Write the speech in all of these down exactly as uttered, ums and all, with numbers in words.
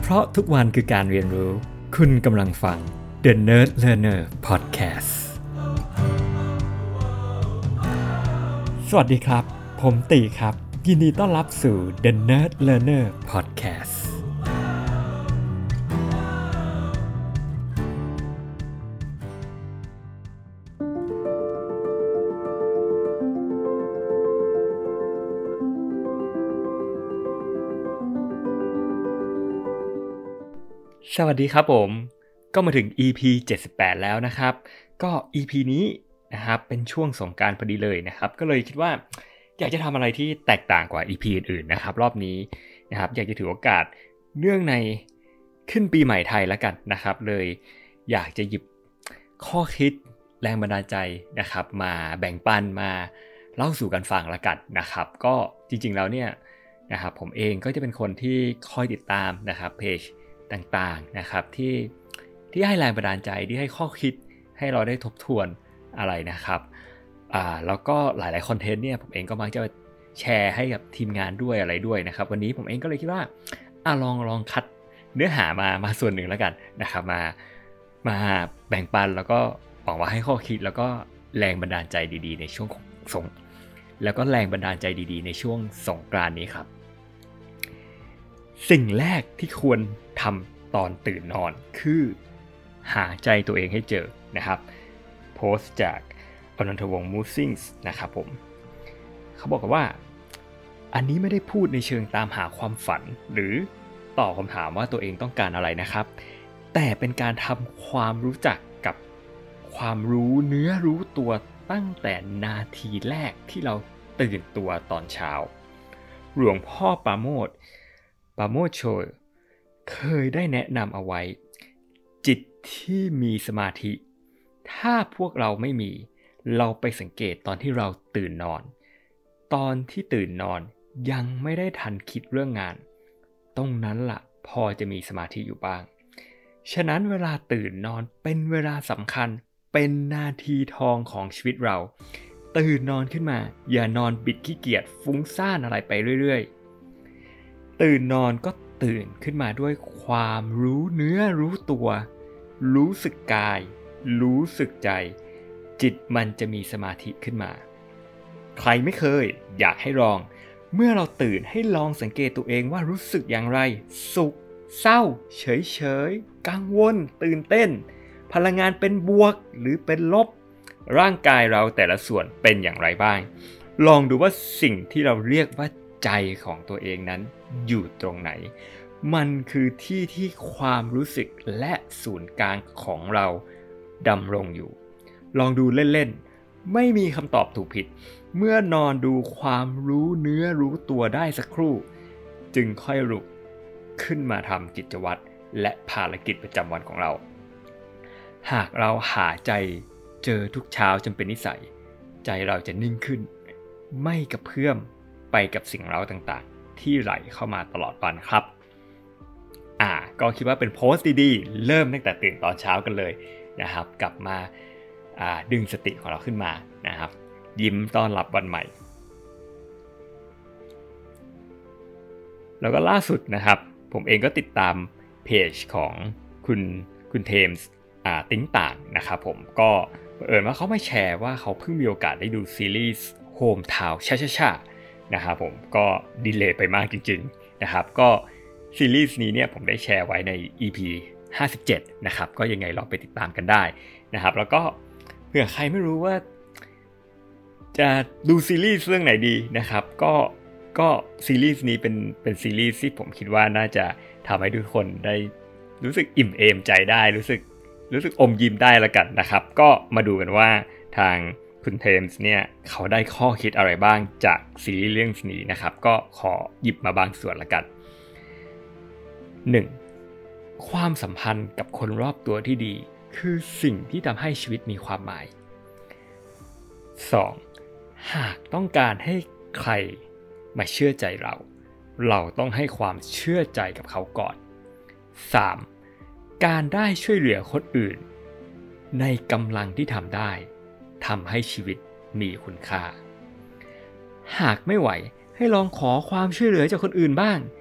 เพราะทุกวันคือการเรียนรู้คุณกำลังฟัง The Nerd Learner Podcast สวัสดีครับผมตีครับยินดีต้อนรับสู่ The Nerd Learner Podcastสวัสดีครับผมก็มาถึง อี พี เจ็ดสิบแปดแล้วนะครับก็ อี พี นี้นะครับเป็นช่วงสงกรานต์พอดีเลยนะครับก็เลยคิดว่าอยากจะทำอะไรที่แตกต่างกว่า อี พี อื่นๆนะครับรอบนี้นะครับอยากจะถือโอกาสเนื่องในขึ้นปีใหม่ไทยแล้วกันนะครับเลยอยากจะหยิบข้อคิดแรงบันดาลใจนะครับมาแบ่งปันมาเล่าสู่กันฟังแล้วกันนะครับก็จริงๆแล้วเนี่ยนะครับผมเองก็จะเป็นคนที่คอยติดตามนะครับเพจต่างๆนะครับที่ที่ให้แรงบันดาลใจที่ให้ข้อคิดให้เราได้ทบทวนอะไรนะครับอ่าแล้วก็หลายๆคอนเทนต์เนี่ยผมเองก็มักจะแชร์ให้กับทีมงานด้วยอะไรด้วยนะครับวันนี้ผมเองก็เลยคิดว่าอ่ะลองลองคัดเนื้อหามามาส่วนหนึ่งแล้วกันนะครับมามาแบ่งปันแล้วก็หวังว่าให้ข้อคิดแล้วก็แรงบันดาลใจดีๆในช่วงสงแล้วก็แรงบันดาลใจดีๆในช่วงสงกรานต์นี้ครับสิ่งแรกที่ควรทำตอนตื่นนอนคือหาใจตัวเองให้เจอนะครับโพสต์จากอนันทวงศ์มูซิงส์นะครับผมเขาบอกว่าอันนี้ไม่ได้พูดในเชิงตามหาความฝันหรือตอบคำถามว่าตัวเองต้องการอะไรนะครับแต่เป็นการทำความรู้จักกับความรู้เนื้อรู้ตัวตั้งแต่นาทีแรกที่เราตื่นตัวตอนเช้าหลวงพ่อปราโมทย์ปราโมทย์โชยเคยได้แนะนำเอาไว้จิตที่มีสมาธิถ้าพวกเราไม่มีเราไปสังเกตตอนที่เราตื่นนอนตอนที่ตื่นนอนยังไม่ได้ทันคิดเรื่องงานตรงนั้นล่ะพอจะมีสมาธิอยู่บ้างฉะนั้นเวลาตื่นนอนเป็นเวลาสำคัญเป็นนาทีทองของชีวิตเราตื่นนอนขึ้นมาอย่านอนบิดขี้เกียจฟุ้งซ่านอะไรไปเรื่อยๆตื่นนอนก็ตื่นขึ้นมาด้วยความรู้เนื้อรู้ตัวรู้สึกกายรู้สึกใจจิตมันจะมีสมาธิขึ้นมาใครไม่เคยอยากให้ลองเมื่อเราตื่นให้ลองสังเกตตัวเองว่ารู้สึกอย่างไรสุขเศร้าเฉยๆกังวลตื่นเต้นพลังงานเป็นบวกหรือเป็นลบร่างกายเราแต่ละส่วนเป็นอย่างไรบ้างลองดูว่าสิ่งที่เราเรียกว่าใจของตัวเองนั้นอยู่ตรงไหนมันคือที่ที่ความรู้สึกและศูนย์กลางของเราดำรงอยู่ลองดูเล่นๆไม่มีคำตอบถูกผิดเมื่อนอนดูความรู้เนื้อรู้ตัวได้สักครู่จึงค่อยลุกขึ้นมาทำกิจวัตรและภารกิจประจำวันของเราหากเราหาใจเจอทุกเช้าจนเป็นนิสัยใจเราจะนิ่งขึ้นไม่กระเพื่อมไปกับสิ่งเร้าต่างๆที่ไหลเข้ามาตลอดวันครับอ่าก็คิดว่าเป็นโพสต์ดีๆเริ่มตั้งแต่ตื่นตอนเช้ากันเลยนะครับกลับมาอ่าดึงสติของเราขึ้นมานะครับยิ้มต้อนรับวันใหม่แล้วก็ล่าสุดนะครับผมเองก็ติดตามเพจของคุณคุณเทมส์อ่าติ้งต่างนะครับผมก็เผอิญว่าเขามาแชร์ว่าเขาเพิ่งมีโอกาสได้ดูซีรีส์ Home Town ช่าช่าช่านะครับผมก็ดีเลย์ไปมากจริงๆนะครับก็ซีรีส์นี้เนี่ยผมได้แชร์ไว้ใน อี พี ห้าสิบเจ็ดนะครับก็ยังไงลองไปติดตามกันได้นะครับแล้วก็เผื่อใครไม่รู้ว่าจะดูซีรีส์เรื่องไหนดีนะครับก็ก็ซีรีส์นี้เป็นเป็นซีรีส์ที่ผมคิดว่าน่าจะทำให้ทุกคนได้รู้สึกอิ่มเอมใจได้รู้สึกรู้สึกอมยิ้มได้ละกันนะครับก็มาดูกันว่าทางคุณเทมส์เนี่ยเขาได้ข้อคิดอะไรบ้างจากซีรีส์เรื่องนี้นะครับก็ขอหยิบมาบางส่วนละกันหนึ่งความสัมพันธ์กับคนรอบตัวที่ดีคือสิ่งที่ทำให้ชีวิตมีความหมายสองหากต้องการให้ใครมาเชื่อใจเราเราต้องให้ความเชื่อใจกับเขาก่อนสามการได้ช่วยเหลือคนอื่นในกำลังที่ทำได้ทำให้ชีวิตมีคุณค่าหากไม่ไหวให้ลองขอความช่วยเหลือจากคนอื่นบ้าง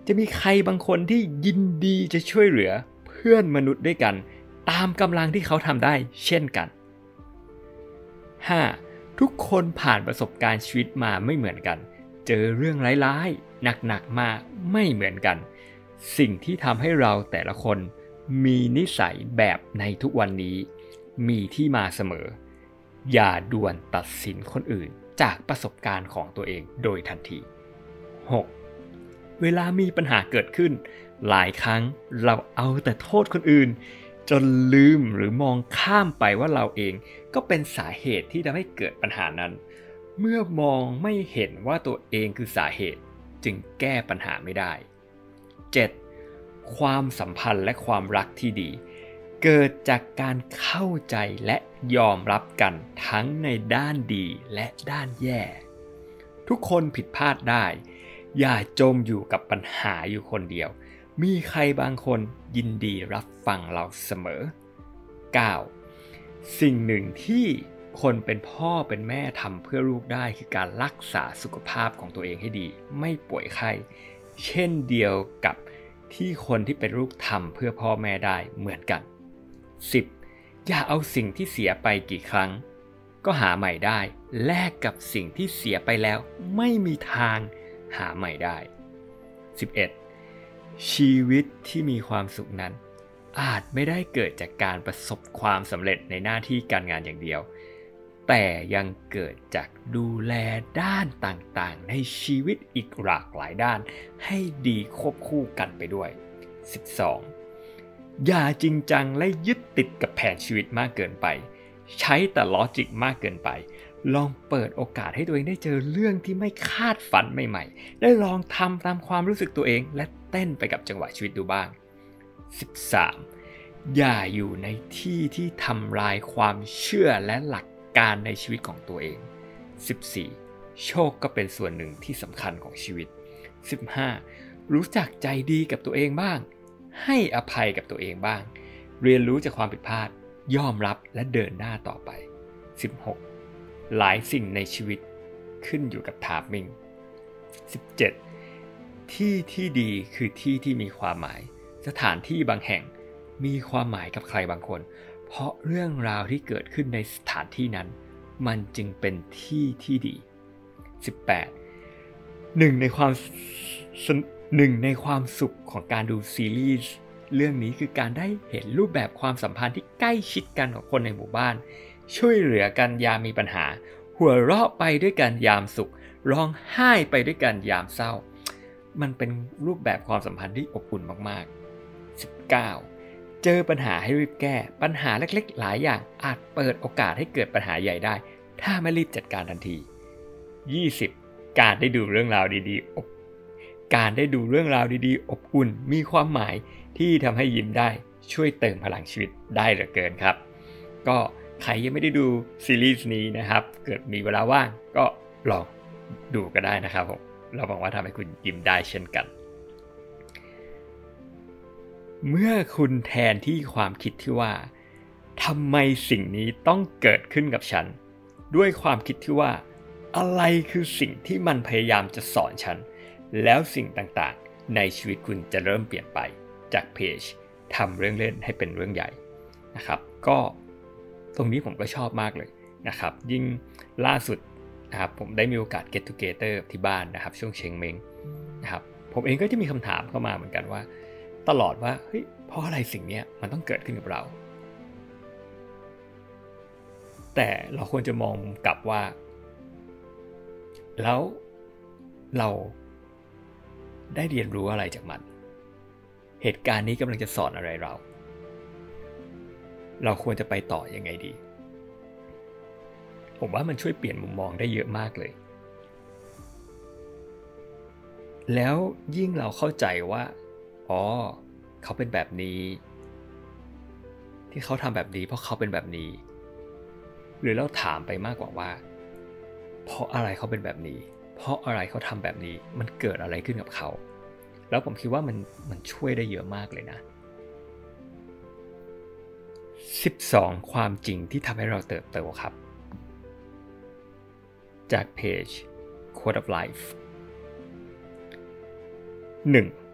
จะมีใครบางคนที่ยินดีจะช่วยเหลือเพื่อนมนุษย์ด้วยกันตามกำลังที่เขาทำได้เช่นกัน ห้า. ทุกคนผ่านประสบการณ์ชีวิตมาไม่เหมือนกันเจอเรื่องร้ายๆหนักๆมาไม่เหมือนกันสิ่งที่ทำให้เราแต่ละคนมีนิสัยแบบในทุกวันนี้มีที่มาเสมออย่าด่วนตัดสินคนอื่นจากประสบการณ์ของตัวเองโดยทันที หก. เวลามีปัญหาเกิดขึ้นหลายครั้งเราเอาแต่โทษคนอื่นจนลืมหรือมองข้ามไปว่าเราเองก็เป็นสาเหตุที่ทำให้เกิดปัญหานั้นเมื่อมองไม่เห็นว่าตัวเองคือสาเหตุจึงแก้ปัญหาไม่ได้ เจ็ด. ความสัมพันธ์และความรักที่ดีเกิดจากการเข้าใจและยอมรับกันทั้งในด้านดีและด้านแย่ทุกคนผิดพลาดได้อย่าจมอยู่กับปัญหาอยู่คนเดียวมีใครบางคนยินดีรับฟังเราเสมอ เก้า. สิ่งหนึ่งที่คนเป็นพ่อเป็นแม่ทำเพื่อลูกได้คือการรักษาสุขภาพของตัวเองให้ดีไม่ป่วยไข้เช่นเดียวกับที่คนที่เป็นลูกทำเพื่อพ่อแม่ได้เหมือนกัน สิบ. อย่าเอาสิ่งที่เสียไปกี่ครั้งก็หาใหม่ได้แลกกับสิ่งที่เสียไปแล้วไม่มีทางหาใหม่ได้ สิบเอ็ด. ชีวิตที่มีความสุขนั้นอาจไม่ได้เกิดจากการประสบความสำเร็จในหน้าที่การงานอย่างเดียวแต่ยังเกิดจากดูแลด้านต่างๆในชีวิตอีกหลากหลายด้านให้ดีควบคู่กันไปด้วย สิบสอง. อย่าจริงจังและยึดติดกับแผนชีวิตมากเกินไปใช้แต่ลอจิกมากเกินไปลองเปิดโอกาสให้ตัวเองได้เจอเรื่องที่ไม่คาดฝันใหม่ๆได้ลองทำตามความรู้สึกตัวเองและเต้นไปกับจังหวะชีวิตดูบ้าง สิบสาม. อย่าอยู่ในที่ที่ทำลายความเชื่อและหลักการในชีวิตของตัวเอง สิบสี่. โชคก็เป็นส่วนหนึ่งที่สำคัญของชีวิต สิบห้า. รู้จักใจดีกับตัวเองบ้างให้อภัยกับตัวเองบ้างเรียนรู้จากความผิดพลาดยอมรับและเดินหน้าต่อไป สิบหก. หลายสิ่งในชีวิตขึ้นอยู่กับไทมิ่ง สิบเจ็ด. ที่ที่ดีคือที่ที่มีความหมายสถานที่บางแห่งมีความหมายกับใครบางคนเพราะเรื่องราวที่เกิดขึ้นในสถานที่นั้นมันจึงเป็นที่ที่ดี สิบแปด. หนึ่งในความหนึ่งในความสุขของการดูซีรีส์เรื่องนี้คือการได้เห็นรูปแบบความสัมพันธ์ที่ใกล้ชิดกันของคนในหมู่บ้านช่วยเหลือกันยามมีปัญหาหัวเราะไปด้วยกันยามสุขร้องไห้ไปด้วยกันยามเศร้ามันเป็นรูปแบบความสัมพันธ์ที่อบอุ่นมากๆ สิบเก้า. เจอปัญหาให้รีบแก้ปัญหาเล็กๆหลายอย่างอาจเปิดโอกาสให้เกิดปัญหาใหญ่ได้ถ้าไม่รีบจัดการทันที ยี่สิบ. การได้ดูเรื่องราวดีๆอบการได้ดูเรื่องราวดีๆอบอุ่นมีความหมายที่ทำให้ยิ้มได้ช่วยเติมพลังชีวิตได้เหลือเกินครับก็ใครยังไม่ได้ดูซีรีส์นี้นะครับเกิดมีเวลาว่างก็ลองดูก็ได้นะครับผมเราหวังว่าทำให้คุณยิ้มได้เช่นกันเมื่อคุณแทนที่ความคิดที่ว่าทำไมสิ่งนี้ต้องเกิดขึ้นกับฉันด้วยความคิดที่ว่าอะไรคือสิ่งที่มันพยายามจะสอนฉันแล้วสิ่งต่างๆในชีวิตคุณจะเริ่มเปลี่ยนไปจากเพจทำเรื่องเล่นให้เป็นเรื่องใหญ่นะครับก็ตรงนี้ผมก็ชอบมากเลยนะครับยิ่งล่าสุดนะครับผมได้มีโอกาส get together ที่บ้านนะครับช่วงเชงเม้งนะครับผมเองก็จะมีคำถามเข้ามาเหมือนกันว่าตลอดว่าเฮ้ยเพราะอะไรสิ่งนี้มันต้องเกิดขึ้นกับเราแต่เราควรจะมองกลับว่าแล้วเราได้เรียนรู้อะไรจากมันเหตุการณ์นี้กำลังจะสอนอะไรเราเราควรจะไปต่อยังไงดีผมว่ามันช่วยเปลี่ยนมุมมองได้เยอะมากเลยแล้วยิ่งเราเข้าใจว่าอ๋อเขาเป็นแบบนี้ที่เขาทำแบบนี้เพราะเขาเป็นแบบนี้หรือเราถามไปมากกว่าว่าเพราะอะไรเขาเป็นแบบนี้เพราะอะไรเขาทำแบบนี้มันเกิดอะไรขึ้นกับเขาแล้วผมคิดว่ามันมันช่วยได้เยอะมากเลยนะสิบสองความจริงที่ทำให้เราเติบโตครับจากเพจ Quote of Life หนึ่ง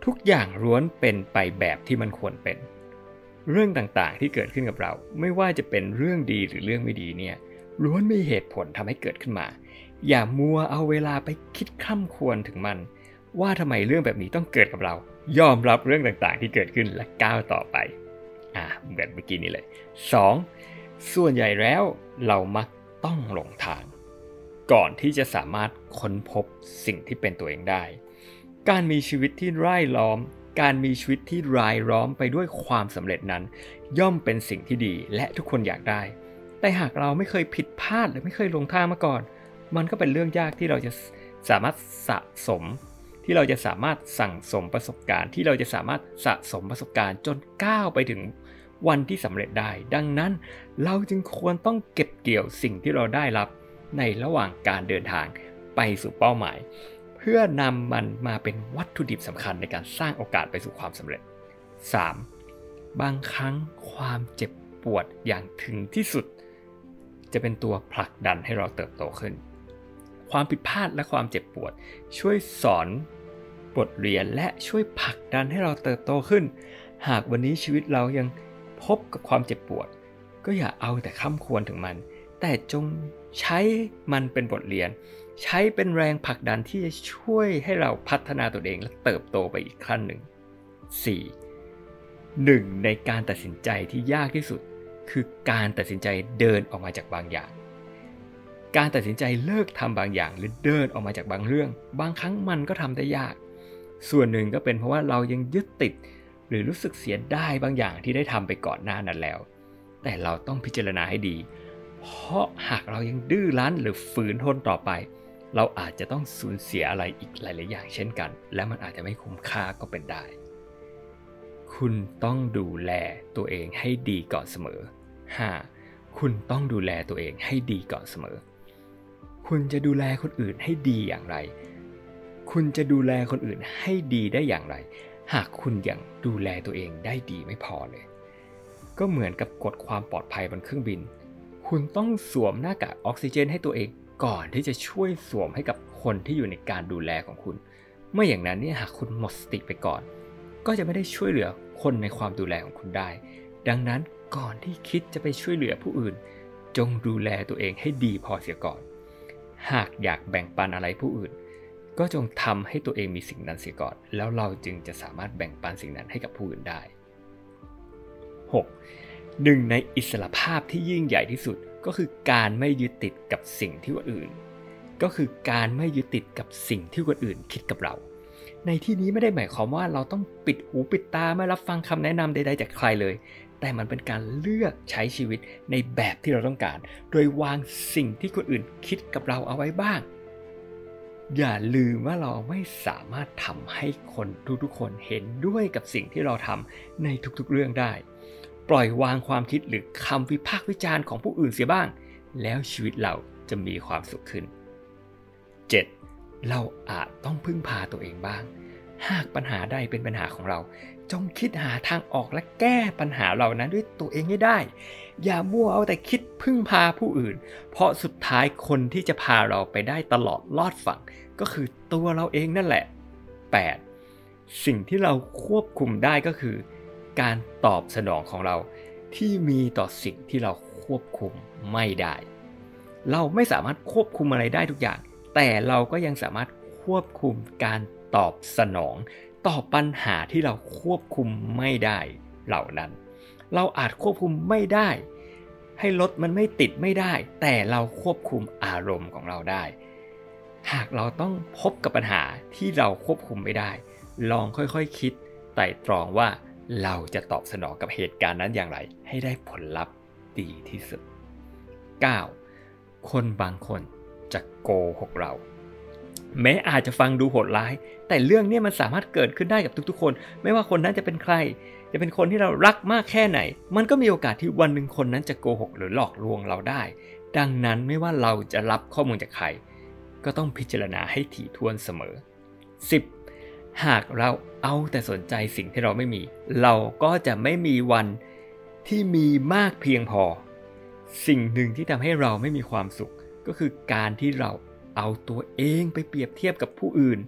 ทุกอย่างล้วนเป็นไปแบบที่มันควรเป็นเรื่องต่างๆที่เกิดขึ้นกับเราไม่ว่าจะเป็นเรื่องดีหรือเรื่องไม่ดีเนี่ยล้วนมีเหตุผลทำให้เกิดขึ้นมาอย่ามัวเอาเวลาไปคิดคร่ำครวญถึงมันว่าทำไมเรื่องแบบนี้ต้องเกิดกับเรายอมรับเรื่องต่างๆที่เกิดขึ้นและก้าวต่อไปอ่ะเหมือนเมื่อกี้นี้เลยสองส่วนใหญ่แล้วเรามักต้องหลงทางก่อนที่จะสามารถค้นพบสิ่งที่เป็นตัวเองได้การมีชีวิตที่ร่ายล้อมการมีชีวิตที่รายล้อมไปด้วยความสำเร็จนั้นย่อมเป็นสิ่งที่ดีและทุกคนอยากได้แต่หากเราไม่เคยผิดพลาดหรือไม่เคยหลงทางมาก่อนมันก็เป็นเรื่องยากที่เราจะสามารถสะสมที่เราจะสามารถสั่งสมประสบการณ์ที่เราจะสามารถสะสมประสบการณ์จนก้าวไปถึงวันที่สำเร็จได้ดังนั้นเราจึงควรต้องเก็บเกี่ยวสิ่งที่เราได้รับในระหว่างการเดินทางไปสู่เป้าหมายเพื่อนำมันมาเป็นวัตถุดิบสำคัญในการสร้างโอกาสไปสู่ความสำเร็จ สาม. บางครั้งความเจ็บปวดอย่างถึงที่สุดจะเป็นตัวผลักดันให้เราเติบโตขึ้นความผิดพลาดและความเจ็บปวดช่วยสอนบทเรียนและช่วยผลักดันให้เราเติบโตขึ้นหากวันนี้ชีวิตเรายังพบกับความเจ็บปวดก็อย่าเอาแต่คร่ำครวญถึงมันแต่จงใช้มันเป็นบทเรียนใช้เป็นแรงผลักดันที่จะช่วยให้เราพัฒนาตัวเองและเติบโตไปอีกขั้นหนึ่ง สี่. หนึ่งในการตัดสินใจที่ยากที่สุดคือการตัดสินใจเดินออกมาจากบางอย่างการตัดสินใจเลิกทำบางอย่างหรือเดินออกมาจากบางเรื่องบางครั้งมันก็ทำได้ยากส่วนหนึ่งก็เป็นเพราะว่าเรายังยึดติดหรือรู้สึกเสียดายบางอย่างที่ได้ทำไปก่อนหน้านั้นแล้วแต่เราต้องพิจารณาให้ดีเพราะหากเรายังดื้อรั้นหรือฝืนทนต่อไปเราอาจจะต้องสูญเสียอะไรอีกหลายๆอย่างเช่นกันและมันอาจจะไม่คุ้มค่าก็เป็นได้คุณต้องดูแลตัวเองให้ดีก่อนเสมอ ห้า. คุณต้องดูแลตัวเองให้ดีก่อนเสมอคุณจะดูแลคนอื่นให้ดีอย่างไรคุณจะดูแลคนอื่นให้ดีได้อย่างไรหากคุณยังดูแลตัวเองได้ดีไม่พอเลยก็เหมือนกับกฎความปลอดภัยบนเครื่องบินคุณต้องสวมหน้ากากออกซิเจนให้ตัวเองก่อนที่จะช่วยสวมให้กับคนที่อยู่ในการดูแลของคุณไม่อย่างนั้นเนี่ยหากคุณหมดสติไปก่อนก็จะไม่ได้ช่วยเหลือคนในความดูแลของคุณได้ดังนั้นก่อนที่คิดจะไปช่วยเหลือผู้อื่นจงดูแลตัวเองให้ดีพอเสียก่อนหากอยากแบ่งปันอะไรผู้อื่นก็จงทำให้ตัวเองมีสิ่งนั้นเสียก่อนแล้วเราจึงจะสามารถแบ่งปันสิ่งนั้นให้กับผู้อื่นได้ หก. หนึ่งในอิสรภาพที่ยิ่งใหญ่ที่สุดก็คือการไม่ยึดติดกับสิ่งที่คนอื่นก็คือการไม่ยึดติดกับสิ่งที่คนอื่นคิดกับเราในที่นี้ไม่ได้หมายความว่าเราต้องปิดหูปิดตาไม่รับฟังคำแนะนำใดๆจากใครเลยแต่มันเป็นการเลือกใช้ชีวิตในแบบที่เราต้องการโดยวางสิ่งที่คนอื่นคิดกับเราเอาไว้บ้างอย่าลืมว่าเราไม่สามารถทำให้คนทุกๆคนเห็นด้วยกับสิ่งที่เราทำในทุกๆเรื่องได้ปล่อยวางความคิดหรือคำวิพากษ์วิจารณ์ของผู้อื่นเสียบ้างแล้วชีวิตเราจะมีความสุขขึ้น เจ็ด. เราอาจต้องพึ่งพาตัวเองบ้างหากปัญหาใดเป็นปัญหาของเราจงคิดหาทางออกและแก้ปัญหาเหล่านั้นด้วยตัวเองให้ได้อย่ามัวเอาแต่คิดพึ่งพาผู้อื่นเพราะสุดท้ายคนที่จะพาเราไปได้ตลอดลอดฝั่งก็คือตัวเราเองนั่นแหละ แปด. สิ่งที่เราควบคุมได้ก็คือการตอบสนองของเราที่มีต่อสิ่งที่เราควบคุมไม่ได้เราไม่สามารถควบคุมอะไรได้ทุกอย่างแต่เราก็ยังสามารถควบคุมการตอบสนองต่อปัญหาที่เราควบคุมไม่ได้เหล่านั้นเราอาจควบคุมไม่ได้ให้รถมันไม่ติดไม่ได้แต่เราควบคุมอารมณ์ของเราได้หากเราต้องพบกับปัญหาที่เราควบคุมไม่ได้ลองค่อยๆ ค, คิดไตร่ตรองว่าเราจะตอบสนองกับเหตุการณ์นั้นอย่างไรให้ได้ผลลัพธ์ดีที่สุด เก้า. คนบางคนจะโกหกเราแม้อาจจะฟังดูโหดร้ายแต่เรื่องนี้มันสามารถเกิดขึ้นได้กับทุกๆคนไม่ว่าคนนั้นจะเป็นใครจะเป็นคนที่เรารักมากแค่ไหนมันก็มีโอกาสที่วันหนึ่งคนนั้นจะโกหกหรือหลอกลวงเราได้ดังนั้นไม่ว่าเราจะรับข้อมูลจากใครก็ต้องพิจารณาให้ถี่ถ้วนเสมอ สิบ. หากเราเอาแต่สนใจสิ่งที่เราไม่มีเราก็จะไม่มีวันที่มีมากเพียงพอสิ่งหนึ่งที่ทำให้เราไม่มีความสุขก็คือการที่เราเอาตัวเองไปเปรียบเทียบกับผู้อื่น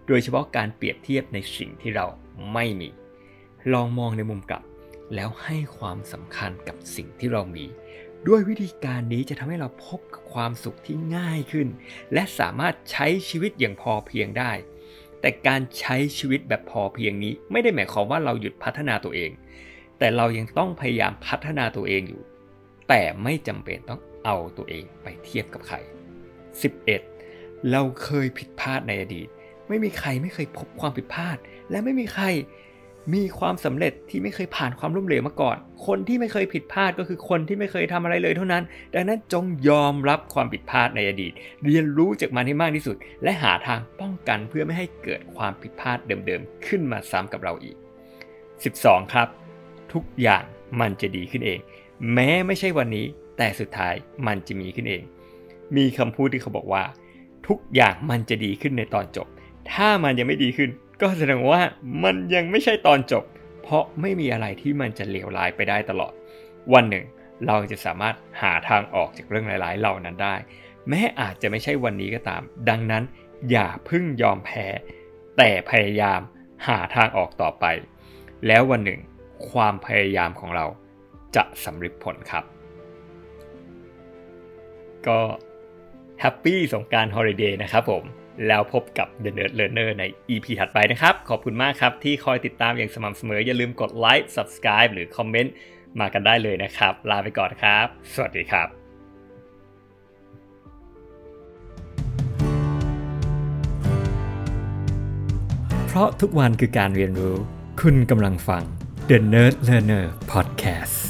โดยเฉพาะการเปรียบเทียบในสิ่งที่เราไม่มีลองมองในมุมกลับแล้วให้ความสำคัญกับสิ่งที่เรามีด้วยวิธีการนี้จะทำให้เราพบกับความสุขที่ง่ายขึ้นและสามารถใช้ชีวิตอย่างพอเพียงได้แต่การใช้ชีวิตแบบพอเพียงนี้ไม่ได้หมายความว่าเราหยุดพัฒนาตัวเองแต่เรายังต้องพยายามพัฒนาตัวเองอยู่แต่ไม่จำเป็นต้องเอาตัวเองไปเทียบกับใครสิบเอ็ดเราเคยผิดพลาดในอดีตไม่มีใครไม่เคยพบความผิดพลาดและไม่มีใครมีความสำเร็จที่ไม่เคยผ่านความล้มเหลวมาก่อนคนที่ไม่เคยผิดพลาดก็คือคนที่ไม่เคยทำอะไรเลยเท่านั้นดังนั้นจงยอมรับความผิดพลาดในอดีตเรียนรู้จากมันให้มากที่สุดและหาทางป้องกันเพื่อไม่ให้เกิดความผิดพลาดเดิมๆขึ้นมาซ้ำกับเราอีกสิบสองครับทุกอย่างมันจะดีขึ้นเองแม้ไม่ใช่วันนี้แต่สุดท้ายมันจะมีขึ้นเองมีคำพูดที่เขาบอกว่าทุกอย่างมันจะดีขึ้นในตอนจบถ้ามันยังไม่ดีขึ้นก็แสดงว่ามันยังไม่ใช่ตอนจบเพราะไม่มีอะไรที่มันจะเลวร้ายไปได้ตลอดวันหนึ่งเราจะสามารถหาทางออกจากเรื่องร้ายๆเหล่านั้นได้แม้อาจจะไม่ใช่วันนี้ก็ตามดังนั้นอย่าเพิ่งยอมแพ้แต่พยายามหาทางออกต่อไปแล้ววันหนึ่งความพยายามของเราจะสำเร็จผลครับก็แฮปปี้สงกรานต์ฮอลิเดย์นะครับผมแล้วพบกับ The Nerd Learner ใน อี พี ถัดไปนะครับขอบคุณมากครับที่คอยติดตามอย่างสม่ำเสมออย่าลืมกดไลค์ Subscribe หรือคอมเมนต์มากันได้เลยนะครับลาไปก่อนครับสวัสดีครับเพราะทุกวันคือการเรียนรู้คุณกำลังฟัง The Nerd Learner Podcast